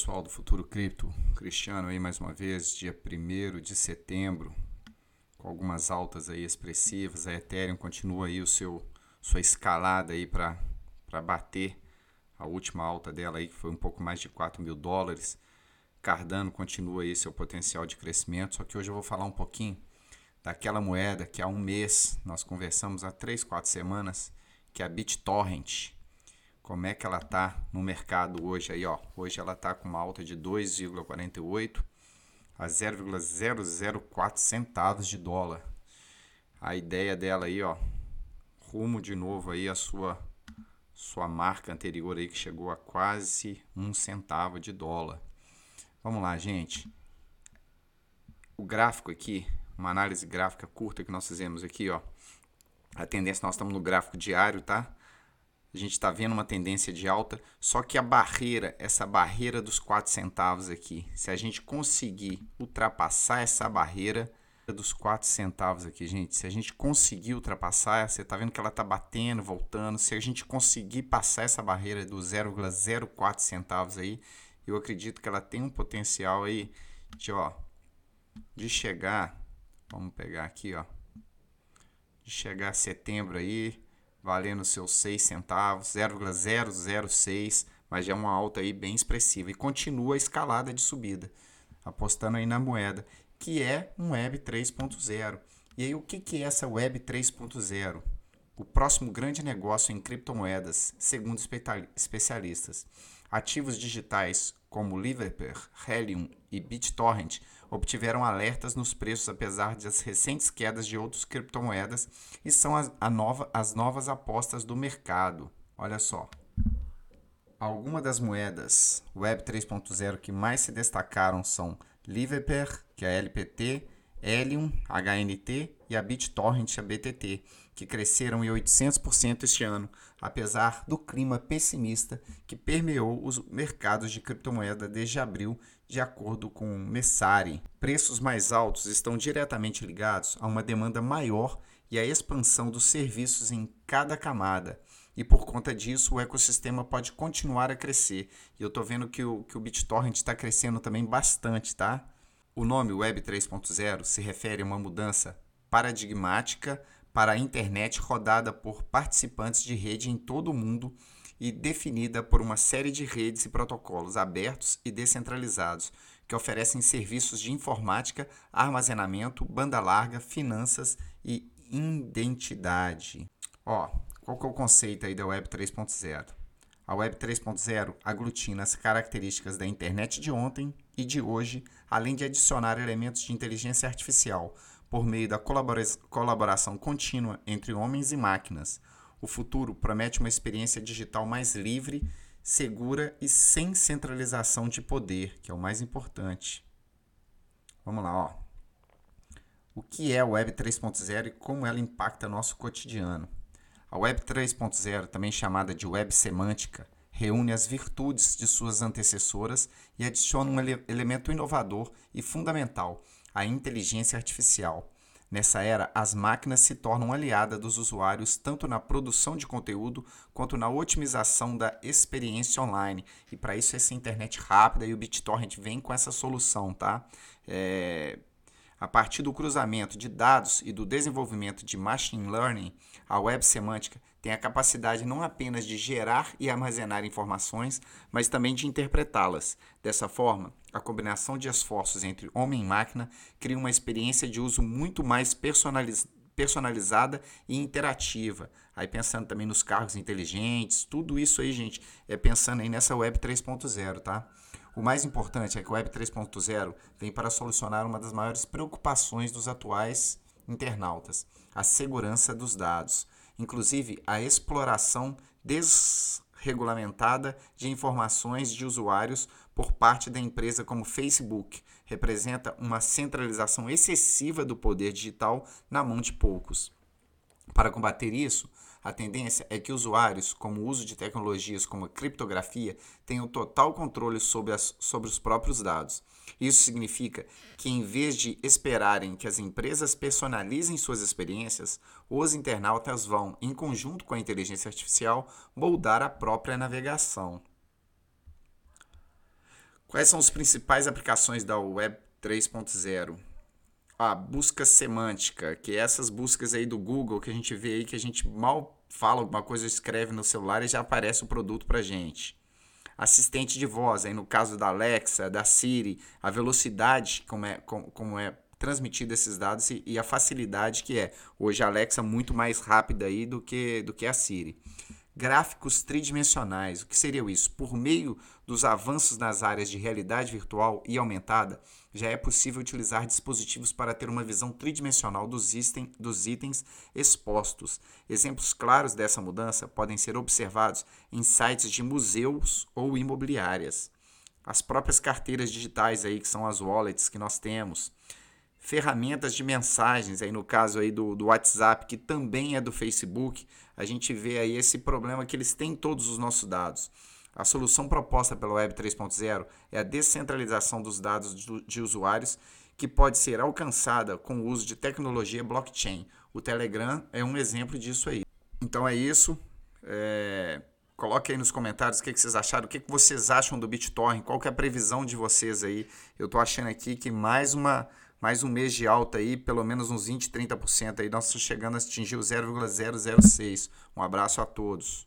pessoal do Futuro Cripto, Cristiano aí mais uma vez, dia 1º de setembro, com algumas altas aí expressivas. A Ethereum continua aí sua escalada aí para bater a última alta dela aí, que foi um pouco mais de US$ 4.000. Cardano continua aí seu potencial de crescimento, só que hoje eu vou falar um pouquinho daquela moeda que há um mês nós conversamos, há 3, 4 semanas, que é a BitTorrent. Como é que ela está no mercado hoje aí, ó? Hoje ela está com uma alta de 2,48 a 0,004 centavos de dólar. A ideia dela aí, ó, rumo de novo aí a sua marca anterior aí, que chegou a quase 1 centavo de dólar. Vamos lá, gente. O gráfico aqui, uma análise gráfica curta que nós fizemos aqui, ó. A tendência, nós estamos no gráfico diário, tá? A gente está vendo uma tendência de alta, só que a barreira, essa barreira dos 4 centavos aqui, se a gente conseguir ultrapassar essa barreira dos 4 centavos aqui, gente, se a gente conseguir ultrapassar, você está vendo que ela está batendo, voltando, se a gente conseguir passar essa barreira do 0,04 centavos aí, eu acredito que ela tem um potencial aí de chegar, vamos pegar aqui, ó, de chegar a setembro aí, valendo seus 6 centavos, 0,006, mas já é uma alta aí bem expressiva. E continua a escalada de subida, apostando aí na moeda, que é um Web 3.0. E aí o que é essa Web 3.0? O próximo grande negócio em criptomoedas, segundo especialistas. Ativos digitais como Liverper, Helium e BitTorrent obtiveram alertas nos preços apesar das recentes quedas de outras criptomoedas e são as novas apostas do mercado. Olha só. Algumas das moedas Web 3.0 que mais se destacaram são Liverper, que é a LPT, Helium, HNT e a BitTorrent, a BTT, que cresceram em 800% este ano, apesar do clima pessimista que permeou os mercados de criptomoeda desde abril, de acordo com Messari. Preços mais altos estão diretamente ligados a uma demanda maior e a expansão dos serviços em cada camada. E por conta disso, o ecossistema pode continuar a crescer. E eu estou vendo que o BitTorrent está crescendo também bastante, tá? O nome Web 3.0 se refere a uma mudança paradigmática para a internet rodada por participantes de rede em todo o mundo e definida por uma série de redes e protocolos abertos e descentralizados que oferecem serviços de informática, armazenamento, banda larga, finanças e identidade. Qual que é o conceito aí da Web 3.0? A Web 3.0 aglutina as características da internet de ontem e de hoje, além de adicionar elementos de inteligência artificial por meio da colaboração contínua entre homens e máquinas. O futuro promete uma experiência digital mais livre, segura e sem centralização de poder, que é o mais importante. Vamos lá, ó. O que é a Web 3.0 e como ela impacta nosso cotidiano? A Web 3.0, também chamada de Web Semântica, reúne as virtudes de suas antecessoras e adiciona um elemento inovador e fundamental, a inteligência artificial. Nessa era, as máquinas se tornam aliadas dos usuários tanto na produção de conteúdo quanto na otimização da experiência online. E para isso, essa internet rápida e o BitTorrent vem com essa solução, tá? A partir do cruzamento de dados e do desenvolvimento de machine learning, a web semântica tem a capacidade não apenas de gerar e armazenar informações, mas também de interpretá-las. Dessa forma, a combinação de esforços entre homem e máquina cria uma experiência de uso muito mais personalizada e interativa. Aí pensando também nos carros inteligentes, tudo isso aí, gente, pensando aí nessa Web 3.0, tá? O mais importante é que o Web 3.0 vem para solucionar uma das maiores preocupações dos atuais internautas, a segurança dos dados, inclusive a exploração desregulamentada de informações de usuários por parte da empresa como Facebook, representa uma centralização excessiva do poder digital na mão de poucos. Para combater isso, a tendência é que usuários, como o uso de tecnologias como a criptografia, tenham total controle sobre os próprios dados. Isso significa que, em vez de esperarem que as empresas personalizem suas experiências, os internautas vão, em conjunto com a inteligência artificial, moldar a própria navegação. Quais são as principais aplicações da Web 3.0? A busca semântica, que é essas buscas aí do Google que a gente vê aí que a gente mal fala alguma coisa, escreve no celular e já aparece o produto pra gente. Assistente de voz, aí no caso da Alexa, da Siri, a velocidade como é transmitido esses dados e a facilidade que é. Hoje a Alexa é muito mais rápida aí do que a Siri. Gráficos tridimensionais, o que seria isso? Por meio dos avanços nas áreas de realidade virtual e aumentada, já é possível utilizar dispositivos para ter uma visão tridimensional dos itens expostos. Exemplos claros dessa mudança podem ser observados em sites de museus ou imobiliárias. As próprias carteiras digitais aí, que são as wallets que nós temos. Ferramentas de mensagens, aí no caso aí do WhatsApp, que também é do Facebook, a gente vê aí esse problema que eles têm todos os nossos dados. A solução proposta pela Web 3.0 é a descentralização dos dados de usuários, que pode ser alcançada com o uso de tecnologia blockchain. O Telegram é um exemplo disso aí. Então é isso. Coloque aí nos comentários o que vocês acharam, o que vocês acham do BitTorrent, qual que é a previsão de vocês aí. Eu estou achando aqui que mais um mês de alta aí, pelo menos uns 20, 30% aí, nós estamos chegando a atingir o 0,006. Um abraço a todos.